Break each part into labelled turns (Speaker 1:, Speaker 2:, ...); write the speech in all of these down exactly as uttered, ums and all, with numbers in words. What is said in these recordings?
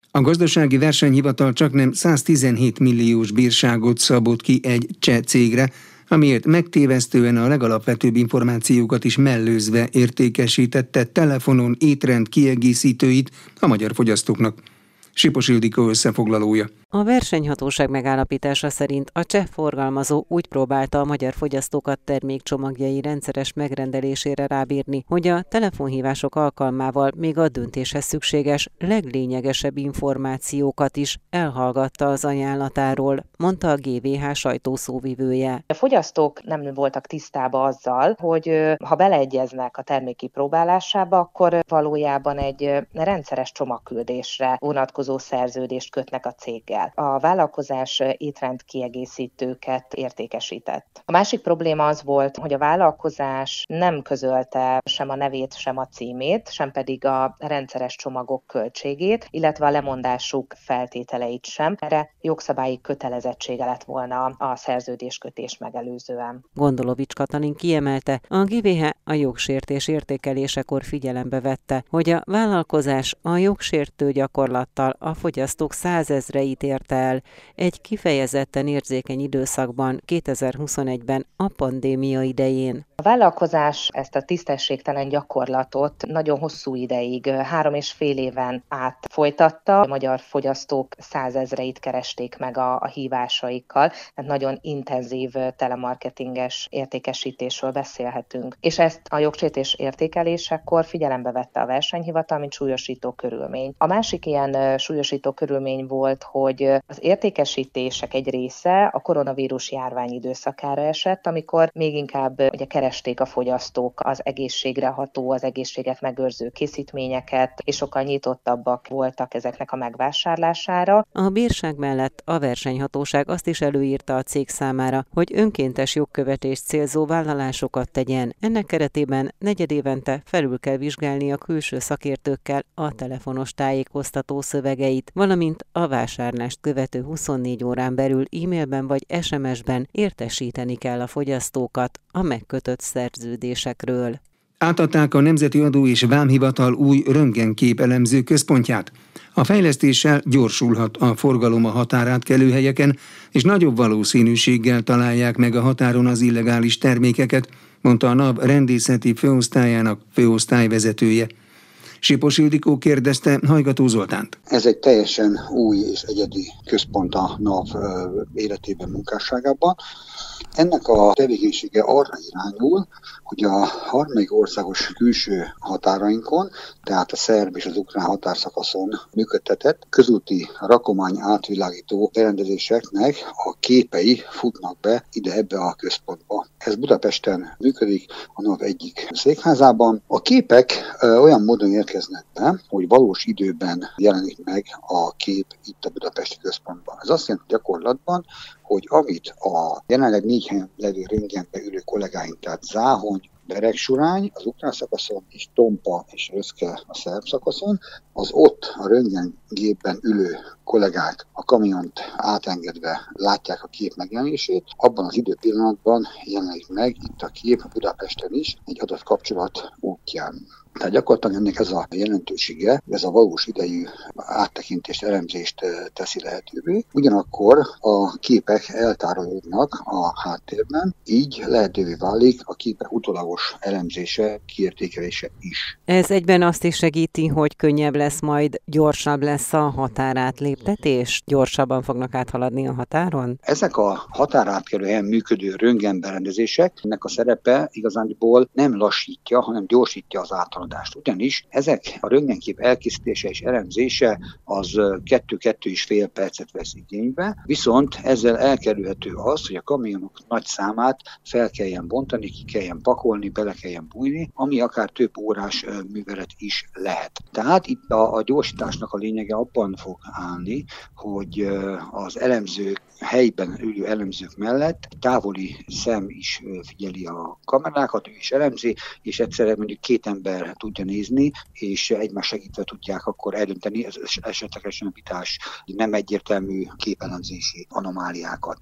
Speaker 1: A gazdasági versenyhivatal csaknem száztizenhét milliós bírságot szabott ki egy cseh cégre, amiért megtévesztően a legalapvetőbb információkat is mellőzve értékesítette telefonon étrend kiegészítőit a magyar fogyasztóknak. Sipos Ildikó összefoglalója.
Speaker 2: A versenyhatóság megállapítása szerint a cseh forgalmazó úgy próbálta a magyar fogyasztókat termékcsomagjai rendszeres megrendelésére rábírni, hogy a telefonhívások alkalmával még a döntéshez szükséges leglényegesebb információkat is elhallgatta az ajánlatáról, mondta a gé vé há sajtószóvivője.
Speaker 3: A fogyasztók nem voltak tisztában azzal, hogy ha beleegyeznek a termék kipróbálásába, akkor valójában egy rendszeres csomagküldésre vonatkozó szerződést kötnek a céggel. A vállalkozás étrend kiegészítőket értékesített. A másik probléma az volt, hogy a vállalkozás nem közölte sem a nevét, sem a címét, sem pedig a rendszeres csomagok költségét, illetve a lemondásuk feltételeit sem. Erre jogszabályi kötelezettsége lett volna a szerződéskötés megelőzően.
Speaker 2: Gondolovics Katalin kiemelte, a gé vé há a jogsértés értékelésekor figyelembe vette, hogy a vállalkozás a jogsértő gyakorlattal a fogyasztók százezreit ért el egy kifejezetten érzékeny időszakban, kétezer-huszonegyben a pandémia idején.
Speaker 3: A vállalkozás ezt a tisztességtelen gyakorlatot nagyon hosszú ideig, három és fél éven át folytatta. A magyar fogyasztók százezreit keresték meg a, a hívásaikkal, tehát nagyon intenzív telemarketinges értékesítésről beszélhetünk. És ezt a jogsértés értékelésekor figyelembe vette a versenyhivatal, mint súlyosító körülmény. A másik ilyen súlyosító körülmény volt, hogy az értékesítések egy része a koronavírus járvány időszakára esett, amikor még inkább ugye keresték a fogyasztók az egészségre ható, az egészséget megőrző készítményeket, és sokkal nyitottabbak voltak ezeknek a megvásárlására.
Speaker 2: A bírság mellett a versenyhatóság azt is előírta a cég számára, hogy önkéntes jogkövetést célzó vállalásokat tegyen. Ennek keretében negyedévente felül kell vizsgálni a külső szakértőkkel a telefonos tájékoztató szövegeit, valamint a vásárlást követő huszonnégy órán belül e-mailben vagy es em es-ben értesíteni kell a fogyasztókat a megkötött szerződésekről.
Speaker 1: Átadták a Nemzeti Adó és Vámhivatal új röntgenkép elemző központját. A fejlesztéssel gyorsulhat a forgalom a határátkelő helyeken, és nagyobb valószínűséggel találják meg a határon az illegális termékeket, mondta a NAV rendészeti főosztályának főosztályvezetője. Sipos Ildikó kérdezte Hajgató Zoltánt.
Speaker 4: Ez egy teljesen új és egyedi központ a NAV életében, munkásságában. Ennek a tevékenysége arra irányul, hogy a harmadik országos külső határainkon, tehát a szerb és az ukrán határszakaszon működtetett közúti rakomány átvilágító berendezéseknek a képei futnak be ide ebbe a központba. Ez Budapesten működik, a NAV egyik székházában. A képek olyan módon érkeznek be, hogy valós időben jelenik meg a kép itt a budapesti központban. Ez azt jelenti gyakorlatban, hogy amit a jelenleg négy helyen levő röntgenbe ülő kollégáink, tehát Záhony, Beregsurány az ukrán szakaszon, és Tompa és Röszke a szerb szakaszon, az ott a röntgengépben ülő kollégák a kamiont átengedve látják a kép megjelenését, abban az időpillanatban jelenik meg itt a kép Budapesten is egy adott kapcsolat útján. Tehát gyakorlatilag ennek ez a jelentősége, ez a valós idejű áttekintést, elemzést teszi lehetővé. Ugyanakkor a képek eltárolódnak a háttérben, így lehetővé válik a képek utólagos elemzése, kiértékelése is.
Speaker 2: Ez egyben azt is segíti, hogy könnyebb lesz majd, gyorsabb lesz a határátléptetés? Gyorsabban fognak áthaladni a határon?
Speaker 4: Ezek a határátkelő helyen működő röntgenberendezések, ennek a szerepe igazándiból nem lassítja, hanem gyorsítja az áthaladást. Ugyanis ezek a röntgenkép elkészítése és elemzése az kettő-kettő és fél percet vesz igénybe, viszont ezzel elkerülhető az, hogy a kamionok nagy számát fel kelljen bontani, ki kelljen pakolni, bele kelljen bújni, ami akár több órás művelet is lehet. Tehát itt a, a gyorsításnak a lényege abban fog állni, hogy az elemzők, helyben ülő elemzők mellett távoli szem is figyeli a kamerákat, ő is elemzi, és egyszerűen mondjuk két ember tudja nézni, és egymás segítve tudják akkor eldönteni az esetlegesen vitás, nem egyértelmű képelemzési anomáliákat.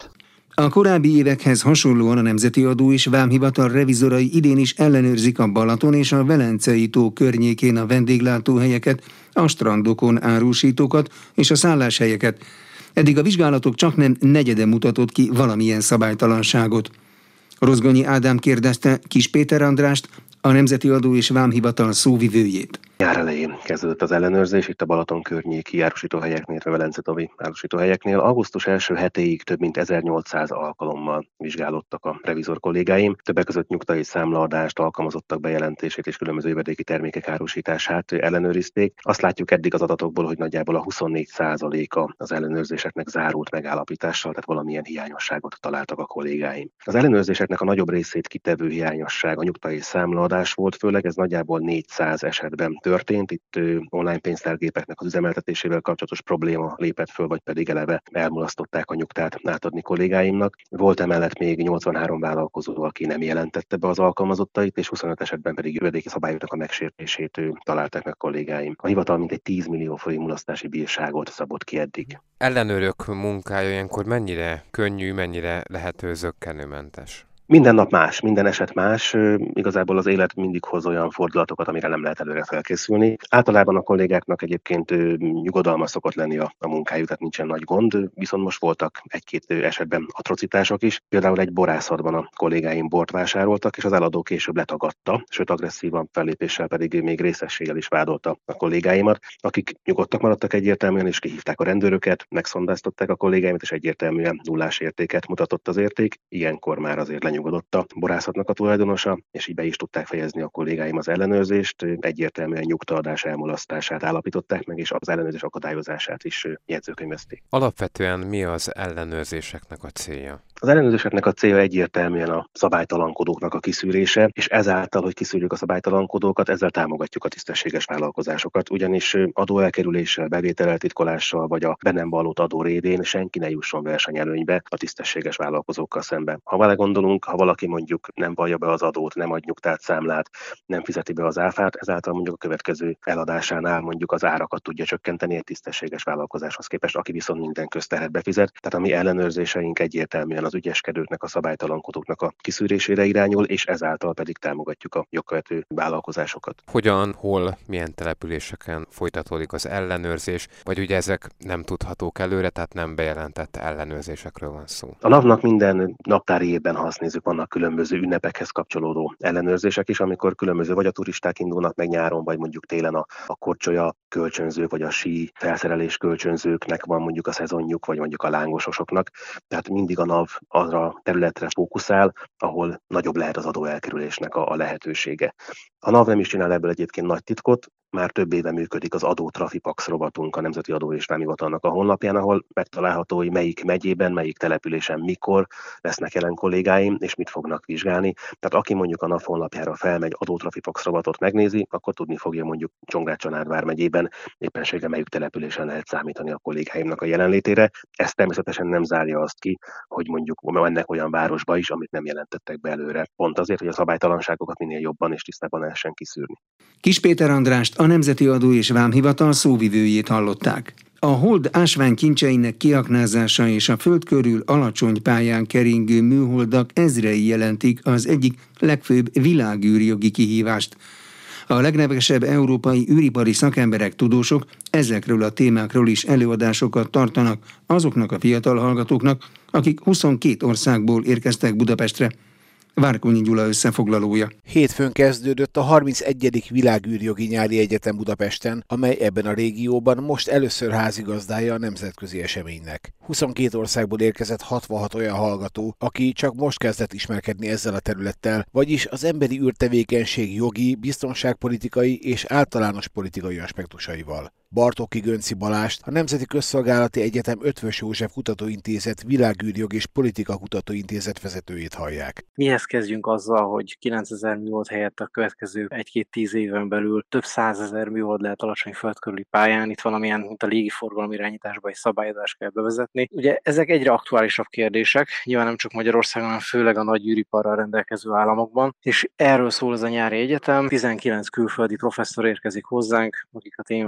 Speaker 1: A korábbi évekhez hasonlóan a Nemzeti Adó és Vámhivatal revizorai idén is ellenőrzik a Balaton és a Velencei tó környékén a vendéglátóhelyeket, a strandokon árusítókat és a szálláshelyeket. Eddig a vizsgálatok csaknem negyede mutatott ki valamilyen szabálytalanságot. Rozgonyi Ádám kérdezte Kiss Péter Andrást, a Nemzeti Adó és Vámhivatal szóvivőjét.
Speaker 5: Nyár elején kezdődött az ellenőrzés itt a Balaton környéki árusítóhelyeknél, a Velence-tovi árusítóhelyeknél. Augusztus első hetéig több mint ezernyolcszáz alkalommal vizsgálódtak a revizor kollégáim. Többek között nyugta és számlaadást, alkalmazottak bejelentését és különböző jövedéki termékek árusítását ellenőrizték. Azt látjuk eddig az adatokból, hogy nagyjából a huszonnégy százaléka az ellenőrzéseknek zárult megállapítással, tehát valamilyen hiányosságot találtak a kollégáim. Az ellenőrzéseknek a nagyobb részét kitevő hiányosság a nyugta és számlaadás volt, főleg ez nagyjából négyszáz esetben történt. Itt online pénztárgépeknek az üzemeltetésével kapcsolatos probléma lépett föl, vagy pedig eleve elmulasztották a nyugtát átadni kollégáimnak. Volt emellett még nyolcvanhárom vállalkozó, aki nem jelentette be az alkalmazottait, és huszonöt esetben pedig jövedéki szabályoknak a megsértését találták meg kollégáim. A hivatal mintegy tíz millió forint mulasztási bírságot szabott ki eddig.
Speaker 6: Ellenőrök munkája ilyenkor mennyire könnyű, mennyire lehető zökkenőmentes?
Speaker 5: Minden nap más, minden eset más. Igazából az élet mindig hoz olyan fordulatokat, amire nem lehet előre felkészülni. Általában a kollégáknak egyébként nyugodalmas szokott lenni a, a munkájuk, tehát nincsen nagy gond, viszont most voltak egy-két esetben atrocitások is. Például egy borászatban a kollégáim bort vásároltak, és az eladó később letagadta, sőt agresszívan fellépéssel pedig még részességgel is vádolta a kollégáimat, akik nyugodtak maradtak egyértelműen, és kihívták a rendőröket, megszondáztatták a kollégáimat, és egyértelműen nullás értéket mutatott az érték. Ilyenkor már azért lenyugodott a borászatnak a tulajdonosa, és így be is tudták fejezni a kollégáim az ellenőrzést, egyértelműen nyugtaadás elmulasztását állapították meg, és az ellenőrzés akadályozását is jegyzőkönyvezték.
Speaker 6: Alapvetően mi az ellenőrzéseknek a célja?
Speaker 5: Az ellenőrzéseknek a célja egyértelműen a szabálytalankodóknak a kiszűrése, és ezáltal, hogy kiszűrjük a szabálytalankodókat, ezzel támogatjuk a tisztességes vállalkozásokat, ugyanis adóelkerüléssel, bevételeltitkolással vagy a be nem vallott adó révén senki ne jusson versenyelőnybe a tisztességes vállalkozókkal szemben. Ha vele gondolunk, ha valaki mondjuk nem vallja be az adót, nem ad nyugtát, számlát, nem fizeti be az áfát, ezáltal mondjuk a következő eladásánál mondjuk az árakat tudja csökkenteni egy tisztességes vállalkozáshoz képest, aki viszont minden közterhet befizet. Tehát a mi ellenőrzéseink egyértelműen az ügyeskedőknek, a szabálytalankodóknak a kiszűrésére irányul, és ezáltal pedig támogatjuk a jogkövető vállalkozásokat.
Speaker 6: Hogyan, hol, milyen településeken folytatódik az ellenőrzés, vagy ugye ezek nem tudhatók előre, tehát nem bejelentett ellenőrzésekről van szó?
Speaker 5: A NAV-nak minden naptári évben, ha azt nézzük, vannak különböző ünnepekhez kapcsolódó ellenőrzések is, amikor különböző vagy a turisták indulnak meg nyáron, vagy mondjuk télen a, a korcsolya kölcsönzők, vagy a sí felszerelés kölcsönzőknek van mondjuk a szezonjuk, vagy mondjuk a lángososoknak. Tehát mindig a NAV arra a területre fókuszál, ahol nagyobb lehet az adóelkerülésnek a, a lehetősége. A NAV nem is csinál ebből egyébként nagy titkot, már több éve működik az Adó Trafipax rovatunk a Nemzeti Adó és Vámhivatalnak a honlapján, ahol megtalálható, hogy melyik megyében, melyik településen mikor lesznek jelen kollégáim, és mit fognak vizsgálni. Tehát aki mondjuk a NAV honlapjára felmegy, Adó Trafipax rovatot megnézi, akkor tudni fogja mondjuk Csongrád-Csanád vármegyében éppenséggel melyik településen lehet számítani a kollégáimnak a jelenlétére. Ez természetesen nem zárja azt ki, hogy mondjuk mennek olyan városba is, amit nem jelentettek be előre. Pont azért, hogy a szabálytalanságokat minél jobban és tisztában lehessen kiszűrni.
Speaker 1: Kiss Péter Andrást, a Nemzeti Adó és Vámhivatal szóvivőjét hallották. A hold ásványkincseinek kiaknázása és a föld körül alacsony pályán keringő műholdak ezrei jelentik az egyik legfőbb világűrjogi kihívást. A legnevesebb európai űripari szakemberek, tudósok ezekről a témákról is előadásokat tartanak azoknak a fiatal hallgatóknak, akik huszonkét országból érkeztek Budapestre. Várkonyi Gyula összefoglalója.
Speaker 7: Hétfőn kezdődött a harmincegyedik világűrjogi nyári egyetem Budapesten, amely ebben a régióban most először házigazdája a nemzetközi eseménynek. huszonkét országból érkezett hatvanhat olyan hallgató, aki csak most kezdett ismerkedni ezzel a területtel, vagyis az emberi űrtevékenység jogi, biztonságpolitikai és általános politikai aspektusaival. Bartóki Gönci Balást, a Nemzeti Közszolgálati Egyetem Eötvös József Kutatóintézet Világűrjog és Politika Kutatóintézet vezetőjét hallják.
Speaker 8: Mihez kezdjünk azzal, hogy kilencezer műhold helyett a következő egy-két-tíz éven belül több százezer műhold lehet alacsony föld körüli pályán, itt valamilyen, mint a légiforgalom irányításba egy szabályozást kell bevezetni. Ugye ezek egyre aktuálisabb kérdések, nyilván nem csak Magyarországon, hanem főleg a nagy űriparral rendelkező államokban, és erről szól ez a nyári egyetem. tizenkilenc külföldi professzor érkezik hozzánk, akik a témának a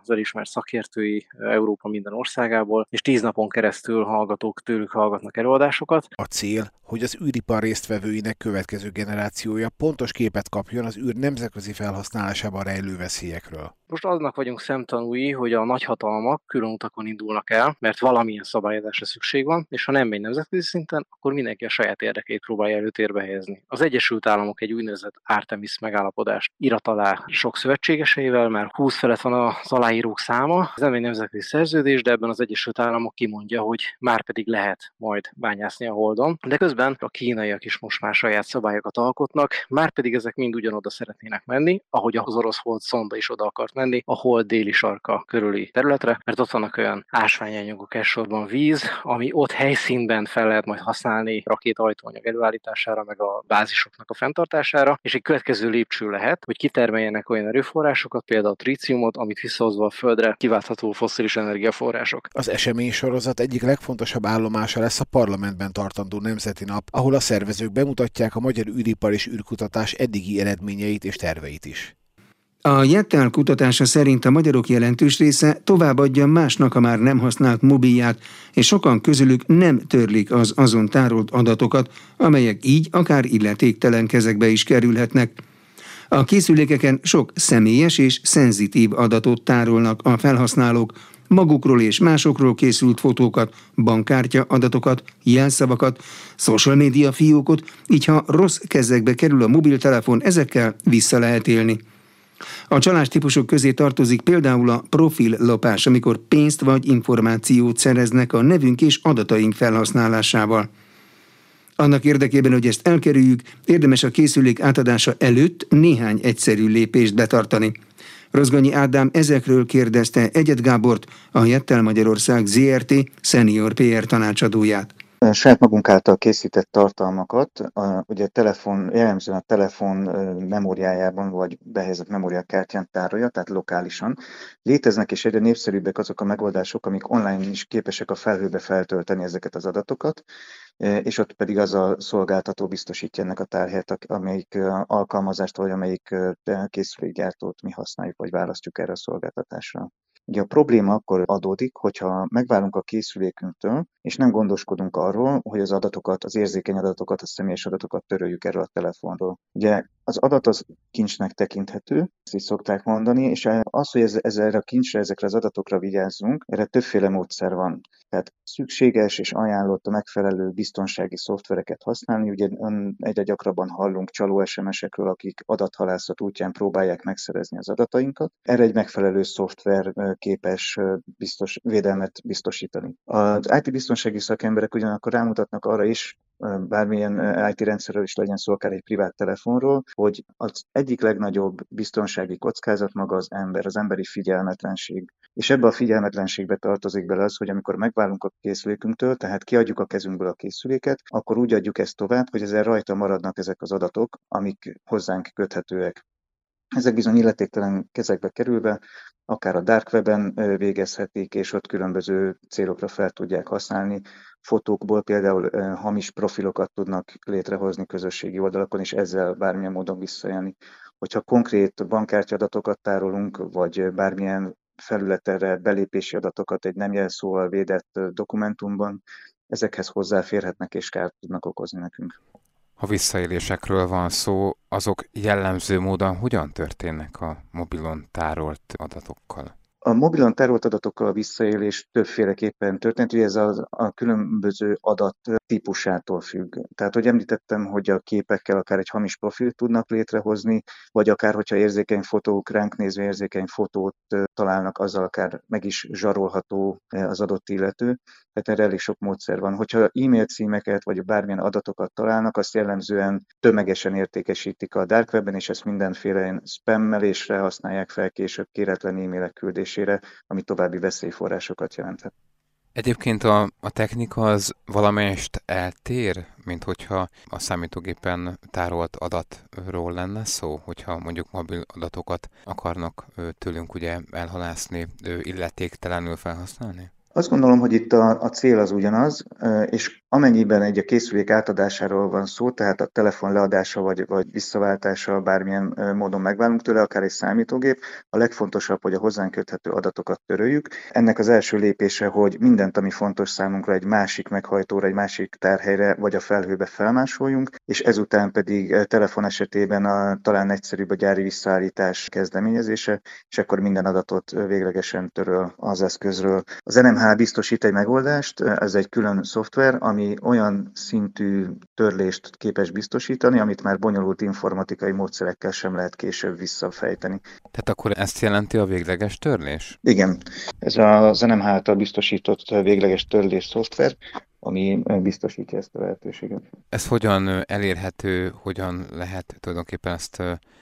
Speaker 8: az elismert szakértői Európa minden országából, és tíz napon keresztül hallgatók tőlük hallgatnak előadásokat.
Speaker 7: A cél, hogy az űripar résztvevőinek következő generációja pontos képet kapjon az űr nemzetközi felhasználásában rejlő veszélyekről.
Speaker 8: Most aznak vagyunk szemtanúi, hogy a nagyhatalmak külön utakon indulnak el, mert valamilyen szabályozásra szükség van, és ha nem megy nemzetközi szinten, akkor mindenki a saját érdekeit próbálja előtérbe helyezni. Az Egyesült Államok egy úgynevezett Artemis megállapodást írat alá sok szövetségeseivel, mert húsz felett van az aláírók száma. Ez nem egy nemzetközi szerződés, de ebben az Egyesült Államok kimondja, hogy már pedig lehet majd bányászni a Holdon. De közben a kínaiak is most már saját szabályokat alkotnak, már pedig ezek mind ugyanoda szeretnének menni, ahogy az orosz Hold szonda is oda akart menni, a Hold déli sarka körüli területre, mert ott vannak olyan ásványanyagok, elsősorban víz, ami ott helyszínben fel lehet majd használni rakétaajtóanyag előállítására, meg a bázisoknak a fenntartására, és egy következő lépcső lehet, hogy kitermeljenek olyan erőforrásokat, például a tríciumot, amit visszahozva a Földre kiváltható fosszilis energiaforrások.
Speaker 7: Az eseménysorozat egyik legfontosabb állomása lesz a parlamentben tartandó Nemzeti Nap, ahol a szervezők bemutatják a magyar űripar és űrkutatás eddigi eredményeit és terveit is.
Speaker 1: A Jettel kutatása szerint a magyarok jelentős része továbbadja másnak a már nem használt mobilját, és sokan közülük nem törlik az azon tárolt adatokat, amelyek így akár illetéktelen kezekbe is kerülhetnek. A készülékeken sok személyes és szenzitív adatot tárolnak a felhasználók, magukról és másokról készült fotókat, bankkártya adatokat, jelszavakat, social media fiókot, így ha rossz kezekbe kerül a mobiltelefon, ezekkel vissza lehet élni. A csalás típusok közé tartozik például a profillopás, amikor pénzt vagy információt szereznek a nevünk és adataink felhasználásával. Annak érdekében, hogy ezt elkerüljük, érdemes a készülék átadása előtt néhány egyszerű lépést betartani. Rozgonyi Ádám ezekről kérdezte Egyed Gábort, a Jettel Magyarország zé er té senior pé er tanácsadóját.
Speaker 4: A saját magunk által készített tartalmakat, a, ugye a telefon, jellemzően a telefon memóriájában vagy behelyezett memóriakártyán tárolja, tehát lokálisan. Léteznek és egyre népszerűbbek azok a megoldások, amik online is képesek a felhőbe feltölteni ezeket az adatokat, és ott pedig az a szolgáltató biztosítja ennek a tárhelyet, amelyik alkalmazást vagy amelyik készülékgyártót mi használjuk, vagy választjuk erre a szolgáltatásra. Ugye a probléma akkor adódik, hogyha megválunk a készülékünktől, és nem gondoskodunk arról, hogy az adatokat, az érzékeny adatokat, a személyes adatokat töröljük erről a telefonról. Ugye az adat az kincsnek tekinthető, ezt is szokták mondani, és az, hogy ez, ez erre a kincsre, ezekre az adatokra vigyázzunk, erre többféle módszer van. Tehát szükséges és ajánlott a megfelelő biztonsági szoftvereket használni. Ugye egyre gyakrabban hallunk csaló es em esekről, akik adathalászat útján próbálják megszerezni az adatainkat. Erre egy megfelelő szoftver képes biztos, védelmet biztosítani. Az í té biztonsági szakemberek ugyanakkor rámutatnak arra is, bármilyen í té rendszerről is legyen szó, akár egy privát telefonról, hogy az egyik legnagyobb biztonsági kockázat maga az ember, az emberi figyelmetlenség. És ebbe a figyelmetlenségbe tartozik bele az, hogy amikor megválunk a készülékünktől, tehát kiadjuk a kezünkből a készüléket, akkor úgy adjuk ezt tovább, hogy ezzel rajta maradnak ezek az adatok, amik hozzánk köthetőek. Ezek bizony illetéktelen kezekbe kerülve, akár a dark weben végezhetik, és ott különböző célokra fel tudják használni. Fotókból például hamis profilokat tudnak létrehozni közösségi oldalakon, és ezzel bármilyen módon visszaélni. Hogyha konkrét bankkártya adatokat tárolunk, vagy bármilyen felületre belépési adatokat egy nem jelszóval védett dokumentumban, ezekhez hozzáférhetnek és kárt tudnak okozni nekünk.
Speaker 6: Ha visszaélésekről van szó, azok jellemző módon hogyan történnek a mobilon tárolt adatokkal?
Speaker 4: A mobilon tárolt adatokkal a visszaélés többféleképpen történt, hogy ez a, a különböző adat típusától függ. Tehát, hogy említettem, hogy a képekkel akár egy hamis profilt tudnak létrehozni, vagy akár, hogyha érzékeny fotók, ránk nézve érzékeny fotót találnak, azzal akár meg is zsarolható az adott illető. Tehát erre elég sok módszer van. Hogyha e-mail címeket vagy bármilyen adatokat találnak, azt jellemzően tömegesen értékesítik a dark webben, és ezt mindenféle spammelésre használják fel később kéretlen e-mailek küldésére, ami további veszélyforrásokat jelenthet.
Speaker 6: Egyébként a, a technika az valamelyest eltér, mint hogyha a számítógépen tárolt adatról lenne szó, hogyha mondjuk mobil adatokat akarnak tőlünk ugye elhalászni, illetéktelenül felhasználni?
Speaker 4: Azt gondolom, hogy itt a, a cél az ugyanaz, és
Speaker 9: Amennyiben egy a készülék átadásáról van szó, tehát a telefon leadása vagy, vagy visszaváltása bármilyen módon megválunk tőle, akár egy számítógép, a legfontosabb, hogy a hozzánk köthető adatokat töröljük. Ennek az első lépése, hogy mindent, ami fontos számunkra, egy másik meghajtóra, egy másik tárhelyre vagy a felhőbe felmásoljunk, és ezután pedig telefon esetében a, talán egyszerűbb a gyári visszaállítás kezdeményezése, és akkor minden adatot véglegesen töröl az eszközről. Az en em há biztosít egy megoldást, ez egy külön szoftver, ami olyan szintű törlést képes biztosítani, amit már bonyolult informatikai módszerekkel sem lehet később visszafejteni.
Speaker 6: Tehát akkor ezt jelenti a végleges törlés?
Speaker 9: Igen, ez az en em há által biztosított végleges törlés szoftver, ami biztosítja ezt a lehetőséget.
Speaker 6: Ez hogyan elérhető, hogyan lehet tulajdonképpen ezt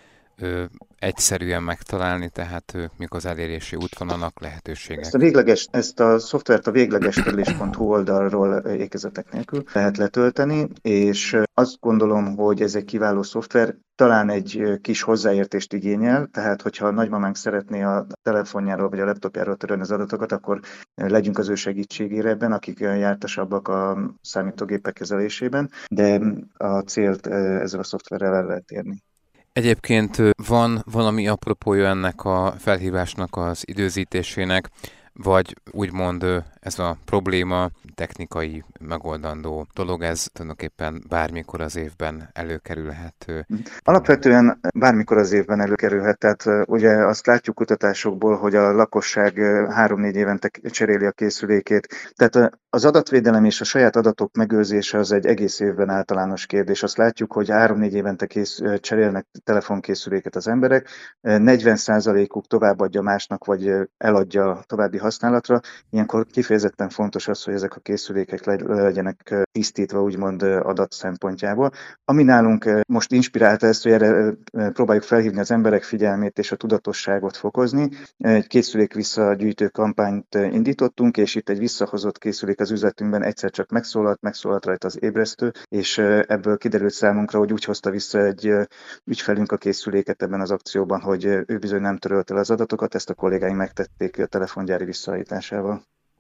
Speaker 6: ö, egyszerűen megtalálni, tehát ö, mik az elérési útvonalak, lehetőségek?
Speaker 9: Ezt a, végleges, ezt a szoftvert a véglegestörlés pont hu oldalról ékezetek nélkül lehet letölteni, és azt gondolom, hogy ez egy kiváló szoftver, talán egy kis hozzáértést igényel, tehát hogyha a nagymamánk szeretné a telefonjáról vagy a laptopjáról törölni az adatokat, akkor legyünk az ő segítségére ebben, akik jártasabbak a számítógépek kezelésében, de a célt ezzel a szoftverrel el lehet érni.
Speaker 6: Egyébként van valami apropója ennek a felhívásnak az időzítésének, vagy úgymond ez a probléma technikai megoldandó dolog, ez tulajdonképpen bármikor az évben előkerülhet?
Speaker 9: Alapvetően bármikor az évben előkerülhet, tehát ugye azt látjuk kutatásokból, hogy a lakosság három-négy évente cseréli a készülékét, tehát az adatvédelem és a saját adatok megőrzése az egy egész évben általános kérdés. Azt látjuk, hogy három-négy évente kész, cserélnek telefonkészüléket az emberek, negyven százalékuk továbbadja másnak, vagy eladja további használatra. Ilyenkor kifejezetten fontos az, hogy ezek a készülékek legyenek tisztítva, úgymond adat szempontjából. Ami nálunk most inspirálta ezt, hogy erre próbáljuk felhívni az emberek figyelmét és a tudatosságot fokozni. Egy készülék visszagyűjtő kampányt indítottunk, és itt egy visszahozott készülék az üzletünkben egyszer csak megszólalt, megszólalt rajta az ébresztő, és ebből kiderült számunkra, hogy úgy hozta vissza egy ügyfelünk a készüléket ebben az akcióban, hogy ő bizony nem törölte el az adatokat, ezt a kollégáink megtették a telefongyári visszaállításával.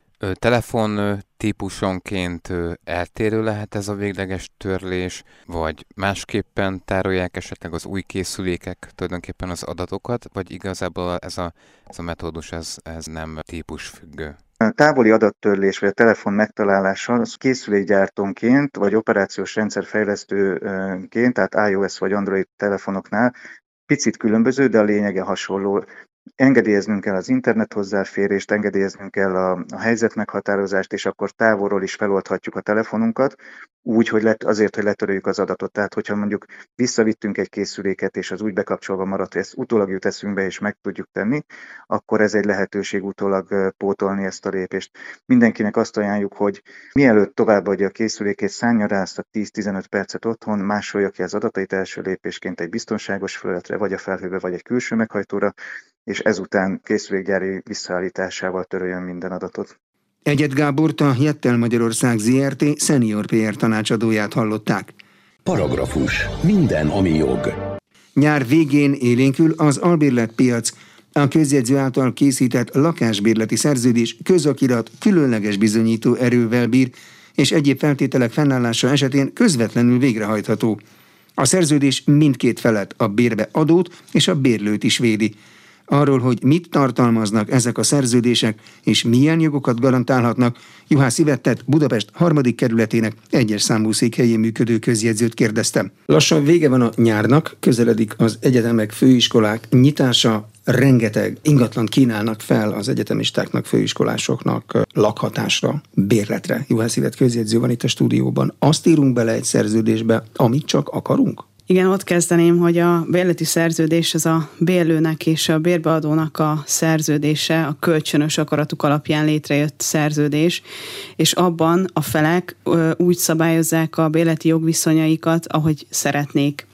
Speaker 6: Telefon típusonként eltérő lehet ez a végleges törlés, vagy másképpen tárolják esetleg az új készülékek tulajdonképpen az adatokat, vagy igazából ez a, ez a metódus ez, ez nem típusfüggő?
Speaker 9: A távoli adattörlés vagy a telefon megtalálása az készülékgyártónként vagy operációs rendszer fejlesztőként, tehát iOS vagy Android telefonoknál picit különböző, de a lényege hasonló. Engedélyeznünk kell az internet hozzáférést, engedélyeznünk kell a, a helyzetmeghatározást, és akkor távolról is feloldhatjuk a telefonunkat, úgy, hogy let, azért, hogy letöröljük az adatot. Tehát, hogyha mondjuk visszavittünk egy készüléket, és az úgy bekapcsolva maradt, hogy ezt utólag jut eszünkbe, és meg tudjuk tenni, akkor ez egy lehetőség utólag pótolni ezt a lépést. Mindenkinek azt ajánljuk, hogy mielőtt továbbadja a készülékét, szánja rá azt a tíz-tizenöt percet otthon, másolja ki az adatait első lépésként egy biztonságos felületre, vagy a felhőbe, vagy egy külső meghajtóra, és ezután készülékgyári visszaállításával töröljön minden adatot.
Speaker 1: Egyed Gábort, a Jettel Magyarország zé er té Senior pé er tanácsadóját hallották.
Speaker 10: Paragrafus. Minden, ami jog.
Speaker 1: Nyár végén élénkül az albérletpiac. A közjegyző által készített lakásbérleti szerződés közakirat különleges bizonyító erővel bír, és egyéb feltételek fennállása esetén közvetlenül végrehajtható. A szerződés mindkét felet, a bérbe adót és a bérlőt is védi. Arról, hogy mit tartalmaznak ezek a szerződések, és milyen jogokat garantálhatnak, Juhász Ivettet, Budapest harmadik kerületének egyes számú székhelyén működő közjegyzőt kérdeztem. Lassan vége van a nyárnak, közeledik az egyetemek, főiskolák nyitása, rengeteg ingatlant kínálnak fel az egyetemistáknak, főiskolásoknak lakhatásra, bérletre. Juhász Ivett közjegyző van itt a stúdióban. Azt írunk bele egy szerződésbe, amit csak akarunk?
Speaker 11: Igen, ott kezdeném, hogy a bérleti szerződés az a bérlőnek és a bérbeadónak a szerződése, a kölcsönös akaratuk alapján létrejött szerződés, és abban a felek úgy szabályozzák a bérleti jogviszonyaikat, ahogy szeretnék.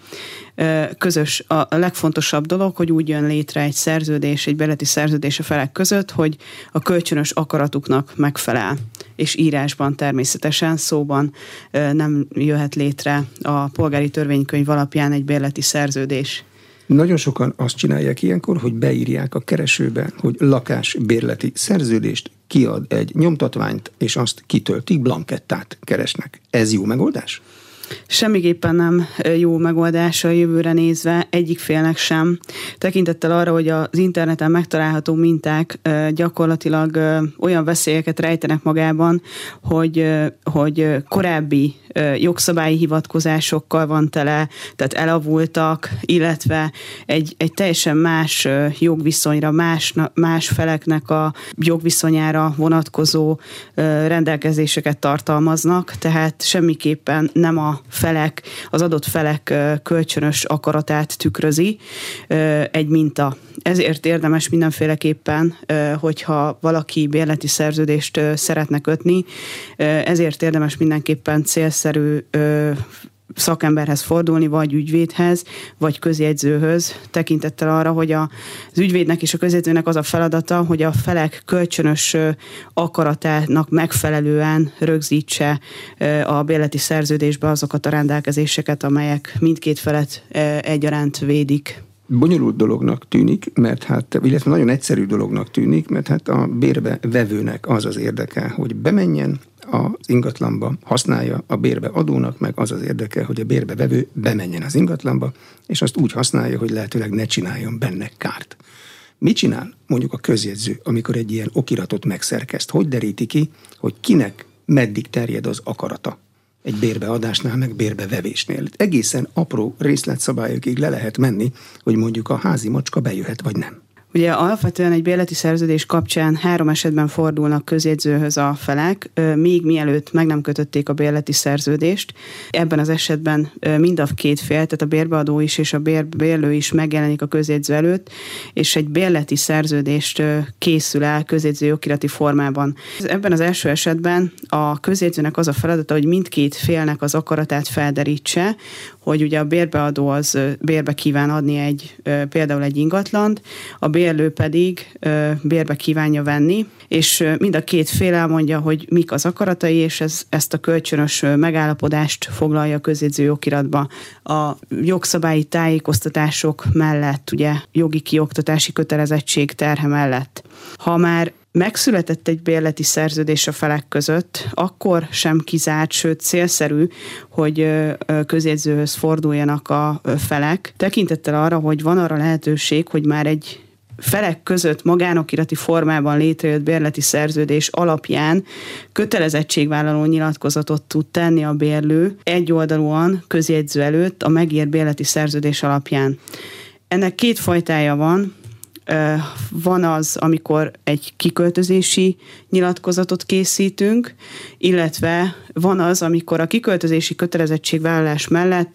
Speaker 11: Közös, a legfontosabb dolog, hogy úgy jön létre egy szerződés, egy bérleti szerződés a felek között, hogy a kölcsönös akaratuknak megfelel, és írásban természetesen, szóban nem jöhet létre a polgári törvénykönyv alapján egy bérleti szerződés.
Speaker 1: Nagyon sokan azt csinálják ilyenkor, hogy beírják a keresőbe, hogy lakásbérleti szerződést kiad egy nyomtatványt, és azt kitöltik, blankettát keresnek. Ez jó megoldás?
Speaker 11: Semmiképpen nem jó megoldás a jövőre nézve, egyik félnek sem. Tekintettel arra, hogy az interneten megtalálható minták gyakorlatilag olyan veszélyeket rejtenek magában, hogy, hogy korábbi jogszabályi hivatkozásokkal van tele, tehát elavultak, illetve egy, egy teljesen más jogviszonyra, más, más feleknek a jogviszonyára vonatkozó rendelkezéseket tartalmaznak, tehát semmiképpen nem a felek, az adott felek kölcsönös akaratát tükrözi egy minta. Ezért érdemes mindenféleképpen, hogyha valaki bérleti szerződést szeretne kötni, ezért érdemes mindenképpen célszerű szakemberhez fordulni, vagy ügyvédhez, vagy közjegyzőhöz, tekintettel arra, hogy az ügyvédnek és a közjegyzőnek az a feladata, hogy a felek kölcsönös akaratának megfelelően rögzítse a bérleti szerződésbe azokat a rendelkezéseket, amelyek mindkét felet egyaránt védik.
Speaker 1: Bonyolult dolognak tűnik, mert hát, illetve nagyon egyszerű dolognak tűnik, mert hát a bérbe vevőnek az az érdeke, hogy bemenjen az ingatlanba, használja, a bérbe adónak meg az az érdeke, hogy a bérbe vevő bemenjen az ingatlanba, és azt úgy használja, hogy lehetőleg ne csináljon benne kárt. Mit csinál mondjuk a közjegyző, amikor egy ilyen okiratot megszerkeszt? Hogy deríti ki, hogy kinek meddig terjed az akarata? Egy bérbeadásnál, meg bérbevevésnél. Egészen apró részletszabályokig le lehet menni, hogy mondjuk a házi macska bejöhet, vagy nem.
Speaker 11: Ugye alapvetően egy bérleti szerződés kapcsán három esetben fordulnak közjegyzőhöz a felek, még mielőtt meg nem kötötték a bérleti szerződést. Ebben az esetben mind a két fél, tehát a bérbeadó is és a bér, bérlő is megjelenik a közjegyző előtt, és egy bérleti szerződést készül el közjegyző okirati formában. Ebben az első esetben a közjegyzőnek az a feladata, hogy mindkét félnek az akaratát felderítse, hogy ugye a bérbeadó az bérbe kíván adni egy, például egy ingatlant, a bérlő pedig bérbe kívánja venni, és mind a két fél elmondja, hogy mik az akaratai, és ez, ezt a kölcsönös megállapodást foglalja a közjegyző okiratba. A jogszabályi tájékoztatások mellett, ugye jogi kioktatási kötelezettség terhe mellett. Ha már megszületett egy bérleti szerződés a felek között, akkor sem kizárt, sőt célszerű, hogy közjegyzőhöz forduljanak a felek, tekintettel arra, hogy van arra lehetőség, hogy már egy felek között magánokirati formában létrejött bérleti szerződés alapján kötelezettségvállaló nyilatkozatot tud tenni a bérlő egyoldalúan közjegyző előtt a megírt bérleti szerződés alapján. Ennek két fajtája van. Van az, amikor egy kiköltözési nyilatkozatot készítünk, illetve van az, amikor a kiköltözési kötelezettségvállalás mellett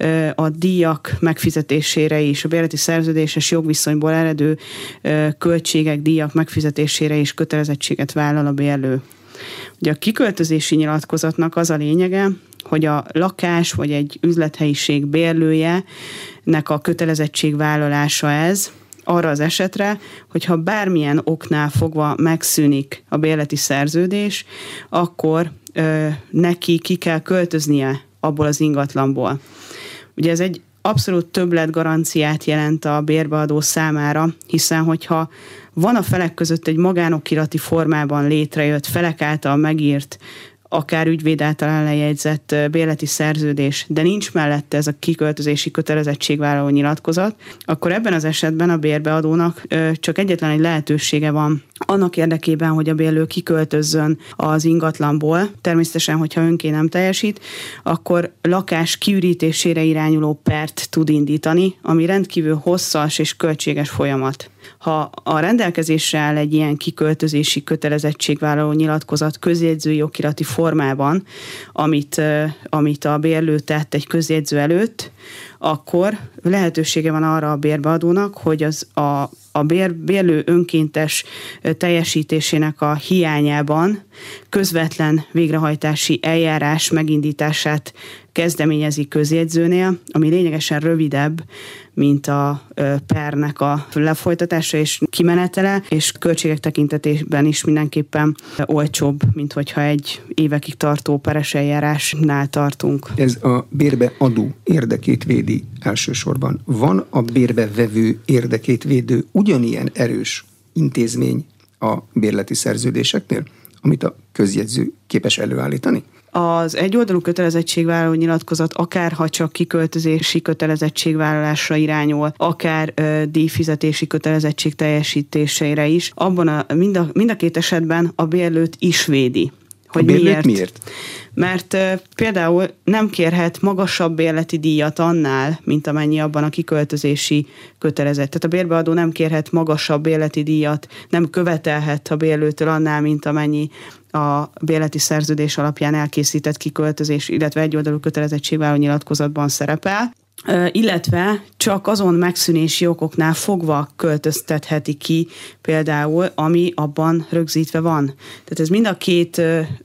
Speaker 11: a díjak megfizetésére is, a bérleti szerződéses jogviszonyból eredő költségek, díjak megfizetésére is kötelezettséget vállal a bérlő. Ugye a kiköltözési nyilatkozatnak az a lényege, hogy a lakás vagy egy üzlethelyiség bérlője nek a kötelezettségvállalása ez, arra az esetre, hogyha bármilyen oknál fogva megszűnik a bérleti szerződés, akkor ö, neki ki kell költöznie abból az ingatlanból. Ugye ez egy abszolút többletgaranciát jelent a bérbeadó számára, hiszen hogyha van a felek között egy magánokirati formában létrejött, felek által megírt, akár ügyvéd által ellenjegyzett bérleti szerződés, de nincs mellette ez a kiköltözési kötelezettségvállaló nyilatkozat, akkor ebben az esetben a bérbeadónak csak egyetlen egy lehetősége van annak érdekében, hogy a bérlő kiköltözzön az ingatlanból. Természetesen, hogyha önként nem teljesít, akkor lakás kiürítésére irányuló pert tud indítani, ami rendkívül hosszas és költséges folyamat. Ha a rendelkezésre áll egy ilyen kiköltözési kötelezettségvállaló nyilatkozat közjegyzői okirati formában, amit, amit a bérlő tett egy közjegyző előtt, akkor lehetősége van arra a bérbeadónak, hogy az a, a bér, bérlő önkéntes teljesítésének a hiányában közvetlen végrehajtási eljárás megindítását kezdeményezi közjegyzőnél, ami lényegesen rövidebb, mint a pernek a lefolytatása és kimenetele, és költségek tekintetében is mindenképpen olcsóbb, mint hogyha egy évekig tartó peres eljárásnál tartunk.
Speaker 1: Ez a bérbeadó érdekét védi elsősorban. Van a bérbevevő érdekét védő ugyanilyen erős intézmény a bérleti szerződéseknél, amit a közjegyző képes előállítani?
Speaker 11: Az egyoldalú kötelezettségvállaló nyilatkozat akár ha csak kiköltözési kötelezettségvállalásra irányul, akár ö, díjfizetési kötelezettség teljesítéseire is, abban a, mind, a, mind a két esetben a bérlőt is védi. Hogy
Speaker 1: a bérlőt
Speaker 11: miért?
Speaker 1: miért?
Speaker 11: Mert ö, például nem kérhet magasabb bérleti díjat annál, mint amennyi abban a kiköltözési kötelezett. Tehát a bérbeadó nem kérhet magasabb bérleti díjat, nem követelhet a bérlőtől annál, mint amennyi a bérleti szerződés alapján elkészített kiköltözés, illetve egyoldalú kötelezettségvállaló nyilatkozatban szerepel, illetve csak azon megszűnési okoknál fogva költöztetheti ki például, ami abban rögzítve van. Tehát ez mind a két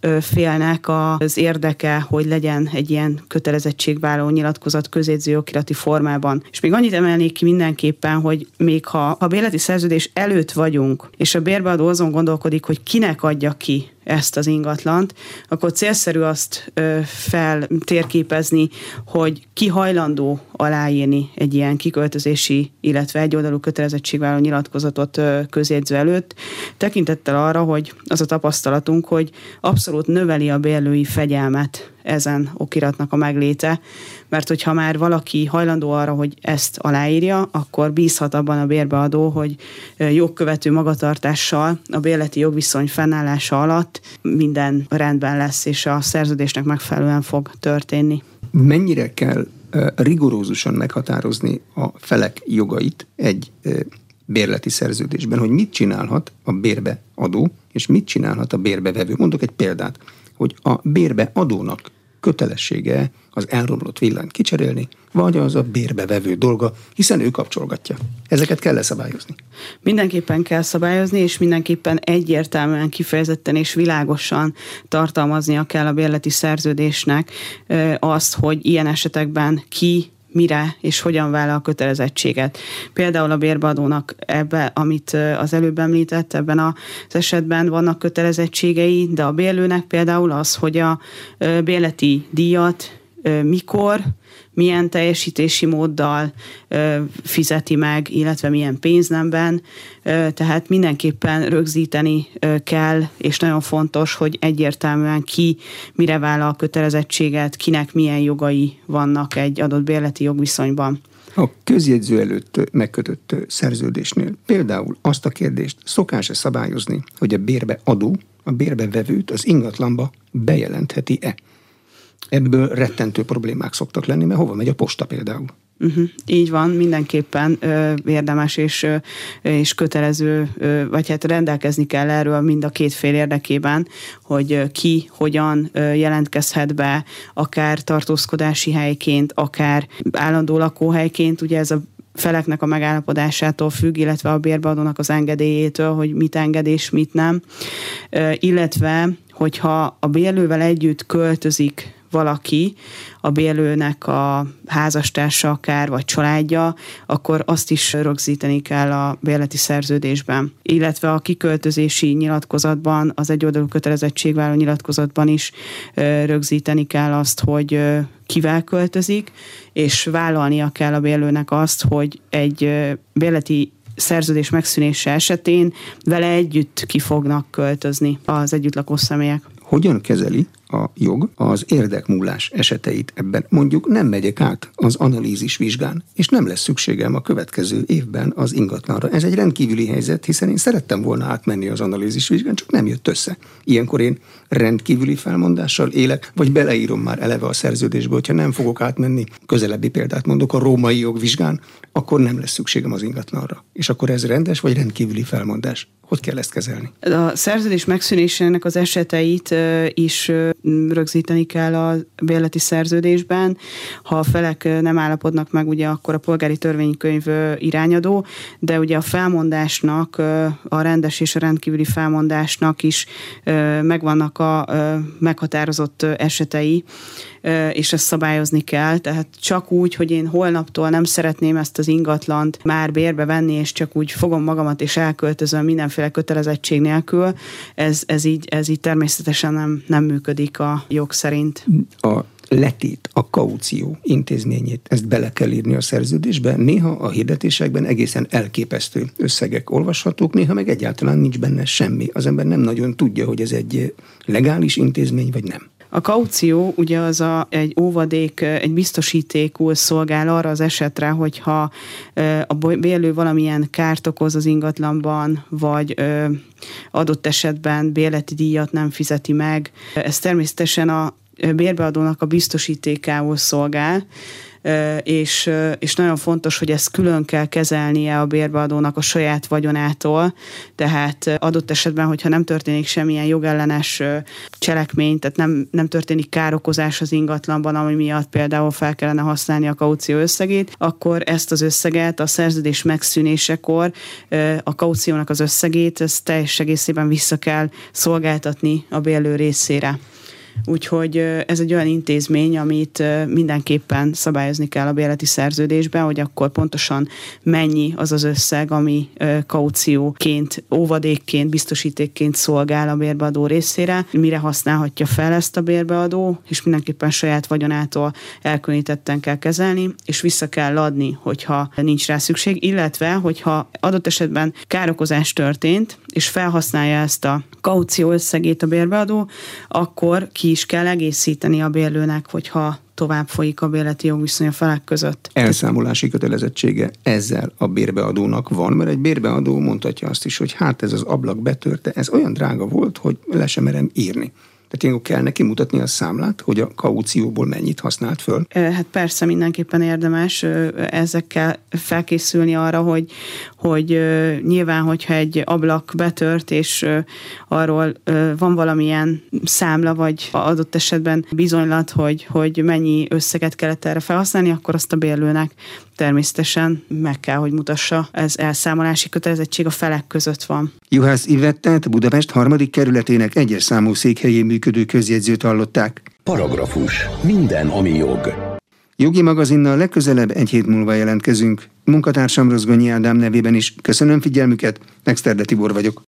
Speaker 11: félnek az érdeke, hogy legyen egy ilyen kötelezettségvállaló nyilatkozat közjegyző okirati formában. És még annyit emelnék ki mindenképpen, hogy még ha a bérleti szerződés előtt vagyunk, és a bérbeadó azon gondolkodik, hogy kinek adja ki ezt az ingatlant, akkor célszerű azt ö, feltérképezni, hogy ki hajlandó aláírni egy ilyen kiköltözési, illetve egyoldalú kötelezettségvállaló nyilatkozatot ö, közjegyző előtt, tekintettel arra, hogy az a tapasztalatunk, hogy abszolút növeli a bérlői fegyelmet ezen okiratnak a megléte, mert hogyha már valaki hajlandó arra, hogy ezt aláírja, akkor bízhat abban a bérbeadó, hogy jogkövető magatartással a bérleti jogviszony fennállása alatt minden rendben lesz, és a szerződésnek megfelelően fog történni.
Speaker 1: Mennyire kell rigorózusan meghatározni a felek jogait egy bérleti szerződésben, hogy mit csinálhat a bérbeadó, és mit csinálhat a bérbevevő? Mondok egy példát, hogy a bérbeadónak kötelessége az elromlott villanyt kicserélni, vagy az a bérbevevő dolga, hiszen ő kapcsolgatja. Ezeket kell leszabályozni.
Speaker 11: Mindenképpen kell szabályozni, és mindenképpen egyértelműen, kifejezetten és világosan tartalmaznia kell a bérleti szerződésnek azt, hogy ilyen esetekben ki mire és hogyan vállal a kötelezettséget. Például a bérbeadónak ebbe, amit az előbb említett, ebben az esetben vannak kötelezettségei, de a bérlőnek például az, hogy a bérleti díjat mikor, milyen teljesítési móddal fizeti meg, illetve milyen pénznemben. Tehát mindenképpen rögzíteni kell, és nagyon fontos, hogy egyértelműen ki mire vállal a kötelezettséget, kinek milyen jogai vannak egy adott bérleti jogviszonyban.
Speaker 1: A közjegyző előtt megkötött szerződésnél például azt a kérdést szokás-e szabályozni, hogy a bérbeadó, a bérbevevőt az ingatlanba bejelentheti-e? Ebből rettentő problémák szoktak lenni, mert hova megy a posta például?
Speaker 11: Uh-huh. Így van, mindenképpen ö, érdemes és, ö, és kötelező, ö, vagy hát rendelkezni kell erről mind a két fél érdekében, hogy ö, ki hogyan ö, jelentkezhet be, akár tartózkodási helyként, akár állandó lakóhelyként, ugye ez a feleknek a megállapodásától függ, illetve a bérbeadónak az engedélyétől, hogy mit enged és mit nem, ö, illetve hogyha a bérlővel együtt költözik valaki, a bérlőnek a házastársa akár, vagy családja, akkor azt is rögzíteni kell a bérleti szerződésben. Illetve a kiköltözési nyilatkozatban, az egyoldalú kötelezettségvállaló nyilatkozatban is rögzíteni kell azt, hogy kivel költözik, és vállalnia kell a bérlőnek azt, hogy egy bérleti szerződés megszűnése esetén vele együtt ki fognak költözni az együttlakó személyek.
Speaker 1: Hogyan kezeli a jog az érdekmúlás eseteit ebben? Mondjuk nem megyek át az analízis vizsgán, és nem lesz szükségem a következő évben az ingatlanra. Ez egy rendkívüli helyzet, hiszen én szerettem volna átmenni az analízis vizsgán, csak nem jött össze. Ilyenkor én rendkívüli felmondással élek, vagy beleírom már eleve a szerződésbe, hogyha nem fogok átmenni, közelebbi példát mondok, a római jogvizsgán, akkor nem lesz szükségem az ingatlanra. És akkor ez rendes vagy rendkívüli felmondás? Hogy kell ezt kezelni?
Speaker 11: A szerződés megszűnésének az eseteit is rögzíteni kell a bérleti szerződésben. Ha a felek nem állapodnak meg, ugye akkor a polgári törvénykönyv irányadó, de ugye a felmondásnak, a rendes és a rendkívüli felmondásnak is megvannak a meghatározott esetei, és ezt szabályozni kell, tehát csak úgy, hogy én holnaptól nem szeretném ezt az ingatlant már bérbe venni, és csak úgy fogom magamat és elköltözöm mindenféle kötelezettség nélkül, ez, ez, így, ez így természetesen nem, nem működik a jog szerint.
Speaker 1: A letét, a kaució intézményét, ezt bele kell írni a szerződésbe. Néha a hirdetésekben egészen elképesztő összegek olvashatók, néha meg egyáltalán nincs benne semmi. Az ember nem nagyon tudja, hogy ez egy legális intézmény, vagy nem.
Speaker 11: A kaució ugye az a, egy óvadék, egy biztosítékul szolgál arra az esetre, hogyha a bérlő valamilyen kárt okoz az ingatlanban, vagy adott esetben bérleti díjat nem fizeti meg. Ez természetesen a bérbeadónak a biztosítékául szolgál, és, és nagyon fontos, hogy ezt külön kell kezelnie a bérbeadónak a saját vagyonától, tehát adott esetben, hogyha nem történik semmilyen jogellenes cselekmény, tehát nem, nem történik károkozás az ingatlanban, ami miatt például fel kellene használni a kaució összegét, akkor ezt az összeget a szerződés megszűnésekor a kauciónak az összegét, ezt teljes egészében vissza kell szolgáltatni a bérlő részére. Úgyhogy ez egy olyan intézmény, amit mindenképpen szabályozni kell a bérleti szerződésben, hogy akkor pontosan mennyi az az összeg, ami kaucióként, óvadékként, biztosítékként szolgál a bérbeadó részére, mire használhatja fel ezt a bérbeadó, és mindenképpen saját vagyonától elkülönítetten kell kezelni, és vissza kell adni, hogyha nincs rá szükség, illetve, hogyha adott esetben károkozás történt, és felhasználja ezt a kaució összegét a bérbeadó, akkor ki is kell egészíteni a bérlőnek, hogyha tovább folyik a bérleti jogviszony a felek között.
Speaker 1: Elszámolási kötelezettsége ezzel a bérbeadónak van, mert egy bérbeadó mondhatja azt is, hogy hát ez az ablak betörte, ez olyan drága volt, hogy le sem merem írni. Tehát ilyenkor kell neki mutatni a számlát, hogy a kaucióból mennyit használt föl?
Speaker 11: Hát persze mindenképpen érdemes ezekkel felkészülni arra, hogy, hogy nyilván, hogyha egy ablak betört, és arról van valamilyen számla, vagy adott esetben bizonylat, hogy, hogy mennyi összeget kellett erre felhasználni, akkor azt a bérlőnek természetesen meg kell, hogy mutassa. Ez elszámolási kötelezettség a felek között van.
Speaker 1: Juhász Ivettet, Budapest harmadik kerületének egyes számú székhelyén működő közjegyzőt hallották.
Speaker 10: Paragrafus. Minden, ami jog.
Speaker 1: Jogi magazinnal legközelebb egy hét múlva jelentkezünk. Munkatársam Rozgonyi Ádám nevében is köszönöm figyelmüket, Exterde Tibor vagyok.